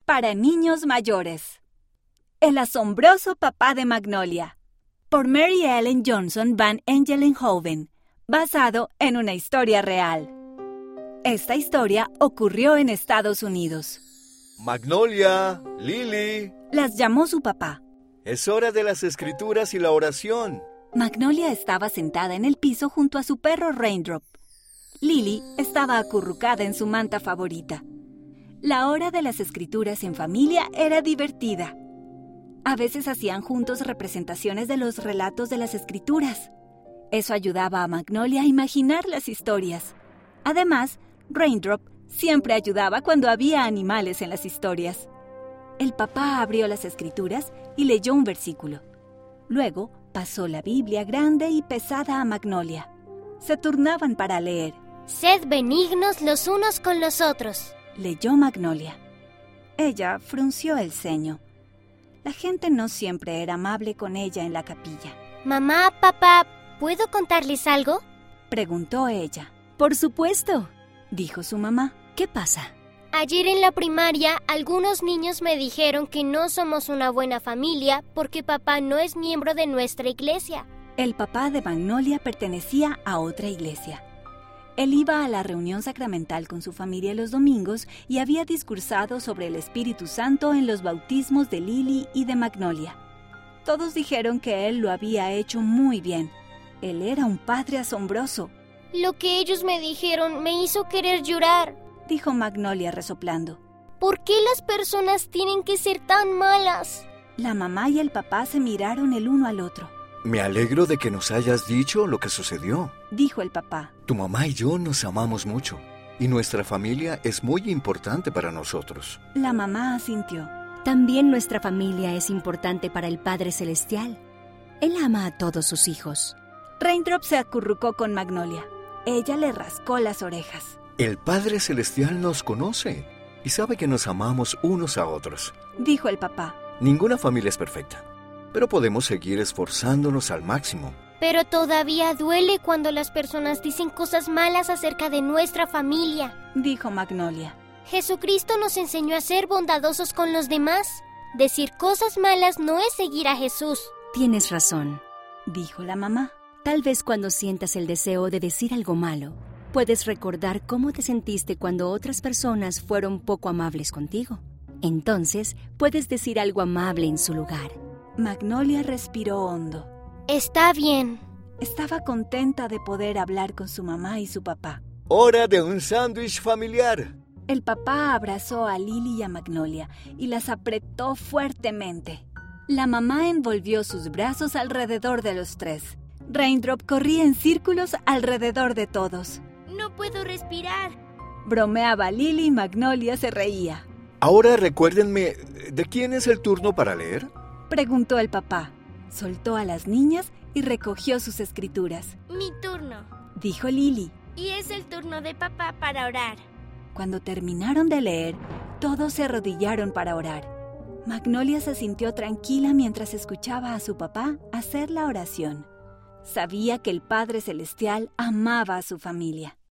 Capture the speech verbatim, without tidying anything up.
para niños mayores. El asombroso papá de Magnolia, por Mary Ellen Johnson van Engelenhoven, basado en una historia real. Esta historia ocurrió en Estados Unidos. Magnolia, Lily. Las llamó su papá. Es hora de las escrituras y la oración. Magnolia estaba sentada en el piso junto a su perro Raindrop. Lily estaba acurrucada en su manta favorita. La hora de las escrituras en familia era divertida. A veces hacían juntos representaciones de los relatos de las escrituras. Eso ayudaba a Magnolia a imaginar las historias. Además, Raindrop siempre ayudaba cuando había animales en las historias. El papá abrió las escrituras y leyó un versículo. Luego pasó la Biblia grande y pesada a Magnolia. Se turnaban para leer. Sed benignos los unos con los otros, leyó Magnolia. Ella frunció el ceño. La gente no siempre era amable con ella en la capilla. Mamá, papá, ¿puedo contarles algo?, preguntó ella. Por supuesto, dijo su mamá. ¿Qué pasa? Ayer en la primaria, algunos niños me dijeron que no somos una buena familia porque papá no es miembro de nuestra iglesia. El papá de Magnolia pertenecía a otra iglesia. Él iba a la reunión sacramental con su familia los domingos y había discursado sobre el Espíritu Santo en los bautismos de Lily y de Magnolia. Todos dijeron que él lo había hecho muy bien. Él era un padre asombroso. Lo que ellos me dijeron me hizo querer llorar, dijo Magnolia resoplando. ¿Por qué las personas tienen que ser tan malas? La mamá y el papá se miraron el uno al otro. Me alegro de que nos hayas dicho lo que sucedió, dijo el papá. Tu mamá y yo nos amamos mucho, y nuestra familia es muy importante para nosotros. La mamá asintió. También nuestra familia es importante para el Padre Celestial. Él ama a todos sus hijos. Raindrop se acurrucó con Magnolia. Ella le rascó las orejas. El Padre Celestial nos conoce y sabe que nos amamos unos a otros, dijo el papá. Ninguna familia es perfecta, pero podemos seguir esforzándonos al máximo. Pero todavía duele cuando las personas dicen cosas malas acerca de nuestra familia, dijo Magnolia. Jesucristo nos enseñó a ser bondadosos con los demás. Decir cosas malas no es seguir a Jesús. Tienes razón, dijo la mamá. Tal vez cuando sientas el deseo de decir algo malo, puedes recordar cómo te sentiste cuando otras personas fueron poco amables contigo. Entonces, puedes decir algo amable en su lugar. Magnolia respiró hondo. Está bien. Estaba contenta de poder hablar con su mamá y su papá. ¡Hora de un sándwich familiar! El papá abrazó a Lily y a Magnolia y las apretó fuertemente. La mamá envolvió sus brazos alrededor de los tres. Raindrop corría en círculos alrededor de todos. No puedo respirar, bromeaba Lily y Magnolia se reía. Ahora recuérdenme, ¿de quién es el turno para leer?, preguntó el papá. Soltó a las niñas y recogió sus escrituras. Mi turno, dijo Lily. Y es el turno de papá para orar. Cuando terminaron de leer, todos se arrodillaron para orar. Magnolia se sintió tranquila mientras escuchaba a su papá hacer la oración. Sabía que el Padre Celestial amaba a su familia.